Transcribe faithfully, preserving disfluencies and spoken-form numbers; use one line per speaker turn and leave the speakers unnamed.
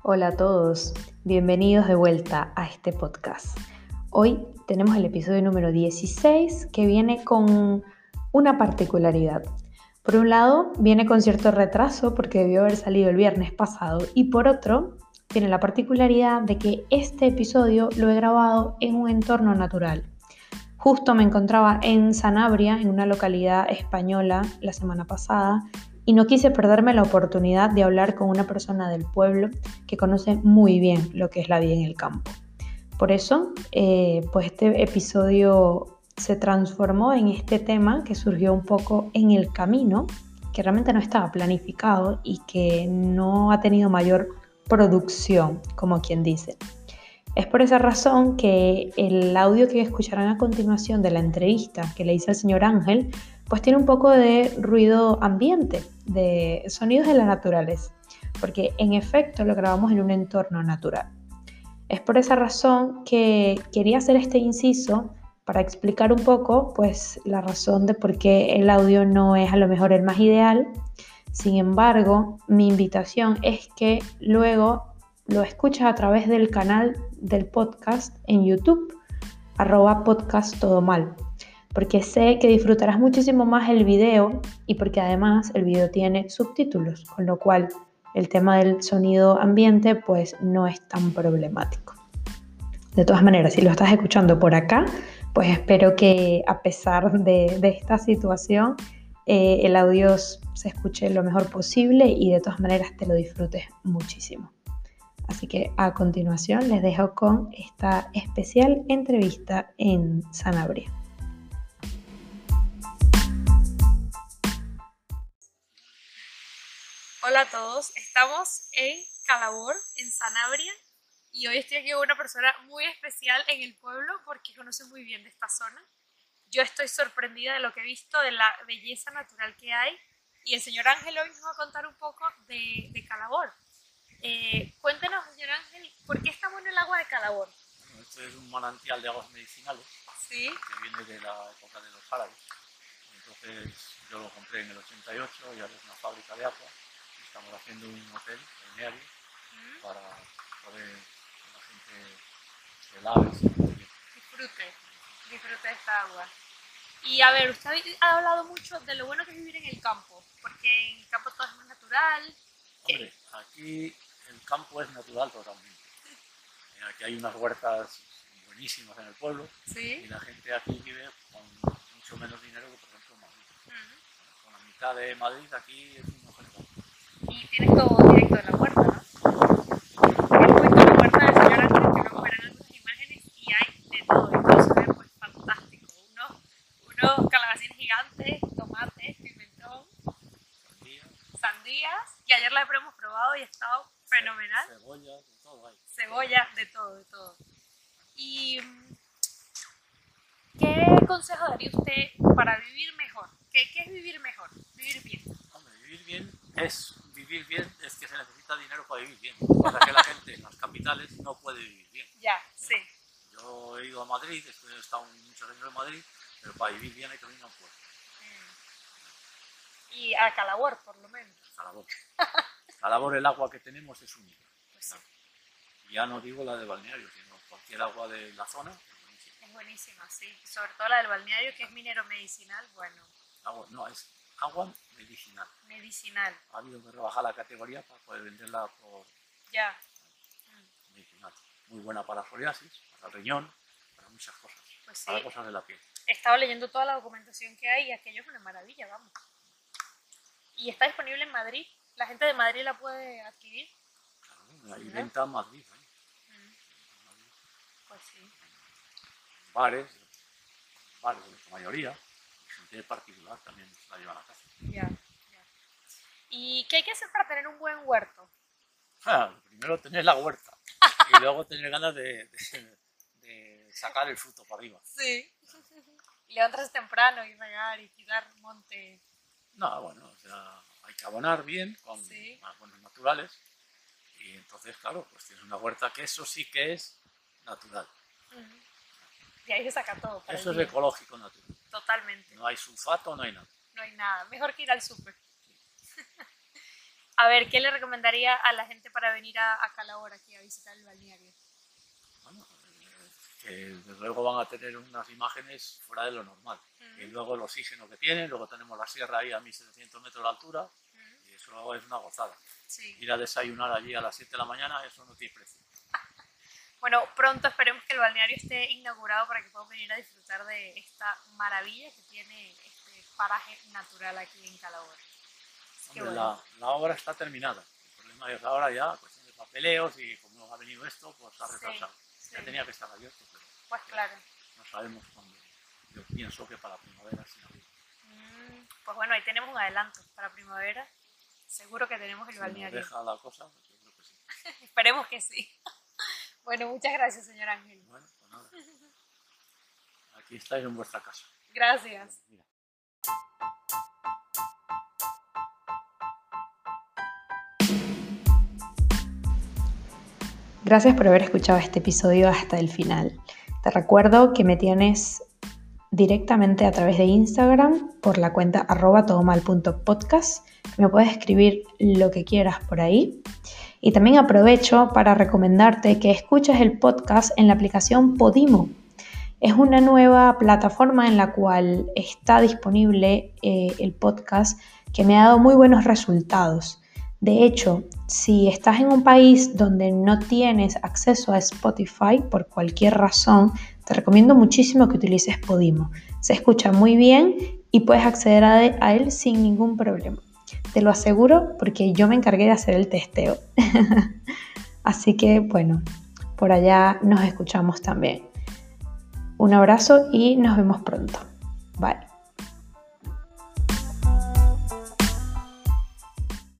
Hola a todos, bienvenidos de vuelta a este podcast. Hoy tenemos el episodio número dieciséis que viene con una particularidad. Por un lado, viene con cierto retraso porque debió haber salido el viernes pasado y por otro, tiene la particularidad de que este episodio lo he grabado en un entorno natural. Justo me encontraba en Sanabria, en una localidad española, la semana pasada, y no quise perderme la oportunidad de hablar con una persona del pueblo que conoce muy bien lo que es la vida en el campo. Por eso, eh, pues este episodio se transformó en este tema que surgió un poco en el camino, que realmente no estaba planificado y que no ha tenido mayor producción, como quien dice. Es por esa razón que el audio que escucharán a continuación de la entrevista que le hice al señor Ángel, pues tiene un poco de ruido ambiente, de sonidos de la naturaleza, porque en efecto lo grabamos en un entorno natural. Es por esa razón que quería hacer este inciso para explicar un poco, pues, la razón de por qué el audio no es a lo mejor el más ideal. Sin embargo, mi invitación es que luego lo escuchas a través del canal del podcast en YouTube, arroba podcast todo mal, porque sé que disfrutarás muchísimo más el video y porque además el video tiene subtítulos, con lo cual el tema del sonido ambiente pues no es tan problemático. De todas maneras, si lo estás escuchando por acá, pues espero que a pesar de, de esta situación, eh, el audio se escuche lo mejor posible y de todas maneras te lo disfrutes muchísimo. Así que a continuación les dejo con esta especial entrevista en Sanabria.
Hola a todos, estamos en Calabor, en Sanabria, y hoy estoy aquí con una persona muy especial en el pueblo porque conoce muy bien de esta zona. Yo estoy sorprendida de lo que he visto, de la belleza natural que hay, y el señor Ángel hoy nos va a contar un poco de, de Calabor. Eh, cuéntenos, señor Ángel, ¿por qué está bueno el agua de Calabor?
Bueno, esto es un manantial de aguas medicinales,
¿Sí?
que viene de la época de los árabes. Entonces yo lo compré en el ochenta y ocho y ahora es una fábrica de agua. Estamos haciendo un hotel balneario ¿Mm? para poder que la gente se lave y se bien.
Disfrute, disfrute de esta agua. Y a ver, usted ha hablado mucho de lo bueno que es vivir en el campo, porque en el campo todo es más natural.
Hombre, aquí el campo es natural totalmente. Aquí hay unas huertas buenísimas en el pueblo. ¿Sí? Y la gente aquí vive con mucho menos dinero que por ejemplo en Madrid. Uh-huh. Con la mitad de Madrid aquí es un objeto.
Y tienes todo directo en la huerta, ¿no? Hemos visto la huerta del señor Ángel, que luego verán algunas imágenes y hay de todo. Y todo se ve pues fantástico. Unos, unos calabacines gigantes, tomates, pimentón,
sandías,
sandías, que ayer las hemos probado y ha estado fenomenal.
Cebolla, de todo hay.
Cebolla, de todo, de todo. ¿Y qué consejo daría usted para vivir mejor? ¿Qué, qué es vivir mejor? Vivir bien.
Hombre, vivir bien es vivir bien, es que se necesita dinero para vivir bien. Cosa que la gente en las capitales no puede vivir bien.
Ya,
¿eh?
sí.
Yo he ido a Madrid, he estado muchos años en Madrid, pero para vivir bien hay que venir a un pueblo.
Mm. Y a Calabor, por lo menos.
Calabor. Calabor, el agua que tenemos es única.
Pues sí.
Ya no digo la de balneario, sino cualquier agua de la zona es buenísima.
Es buenísima, sí. Sobre todo la del balneario, que es minero medicinal, bueno.
Agua, no, es agua medicinal.
Medicinal.
Ha habido que rebajar la categoría para poder venderla por
ya.
medicinal. Muy buena para psoriasis, para el riñón, para muchas cosas.
Pues sí.
Para cosas de la piel.
He estado leyendo toda la documentación que hay y aquello es una maravilla, vamos. ¿Y está disponible en Madrid? ¿La gente de Madrid la puede adquirir?
Claro, hay venta en Madrid. ¿eh?
Mm. Pues sí.
Bares, bares de la mayoría, gente particular también la llevan a casa.
Ya, ya. ¿Y qué hay que hacer para tener un buen huerto?
Ah, primero tener la huerta y luego tener ganas de, de, de sacar el fruto para arriba.
Sí. Y levantarse temprano y regar y quitar monte.
No, bueno, o sea, hay que abonar bien con
sí.
abonos naturales y entonces, claro, pues tienes una huerta que eso sí que es natural.
Uh-huh. Y ahí se saca todo. Para
eso es día. Ecológico natural.
Totalmente.
No hay sulfato, no hay nada.
No hay nada. Mejor que ir al súper. Sí. A ver, ¿qué le recomendaría a la gente para venir a, a Calahorra aquí a visitar el balneario?
Bueno, que desde luego van a tener unas imágenes fuera de lo normal. Uh-huh. Y luego el oxígeno que tienen, luego tenemos la sierra ahí a mil setecientos metros de altura, uh-huh. y eso es una gozada. Sí. Ir a desayunar allí a las siete de la mañana, eso no tiene precio.
Bueno, pronto esperemos que el balneario esté inaugurado para que puedan venir a disfrutar de esta maravilla que tiene este paraje natural aquí en Calahorra.
Hombre, bueno. la, la obra está terminada. El problema es ahora ya cuestión de papeleos y como ha venido esto, pues ha retrasado. Sí, sí. Ya tenía que estar abierto, pero
pues claro.
No sabemos cuándo. Yo pienso que para primavera sin abrir.
Mm, pues bueno, ahí tenemos un adelanto para primavera. Seguro que tenemos el
si
balneario.
Nos deja la cosa, yo creo que sí.
Esperemos que sí. Bueno, muchas gracias, señor Ángel.
Bueno, pues nada. Aquí estáis en vuestra casa.
Gracias.
Mira.
Gracias por haber escuchado este episodio hasta el final. Te recuerdo que me tienes directamente a través de Instagram por la cuenta arroba todomal punto podcast. Me puedes escribir lo que quieras por ahí. Y también aprovecho para recomendarte que escuches el podcast en la aplicación Podimo. Es una nueva plataforma en la cual está disponible eh, el podcast que me ha dado muy buenos resultados. De hecho, si estás en un país donde no tienes acceso a Spotify por cualquier razón, te recomiendo muchísimo que utilices Podimo. Se escucha muy bien y puedes acceder a, de, a él sin ningún problema. Te lo aseguro porque yo me encargué de hacer el testeo. Así que, bueno, por allá nos escuchamos también. Un abrazo y nos vemos pronto. Bye.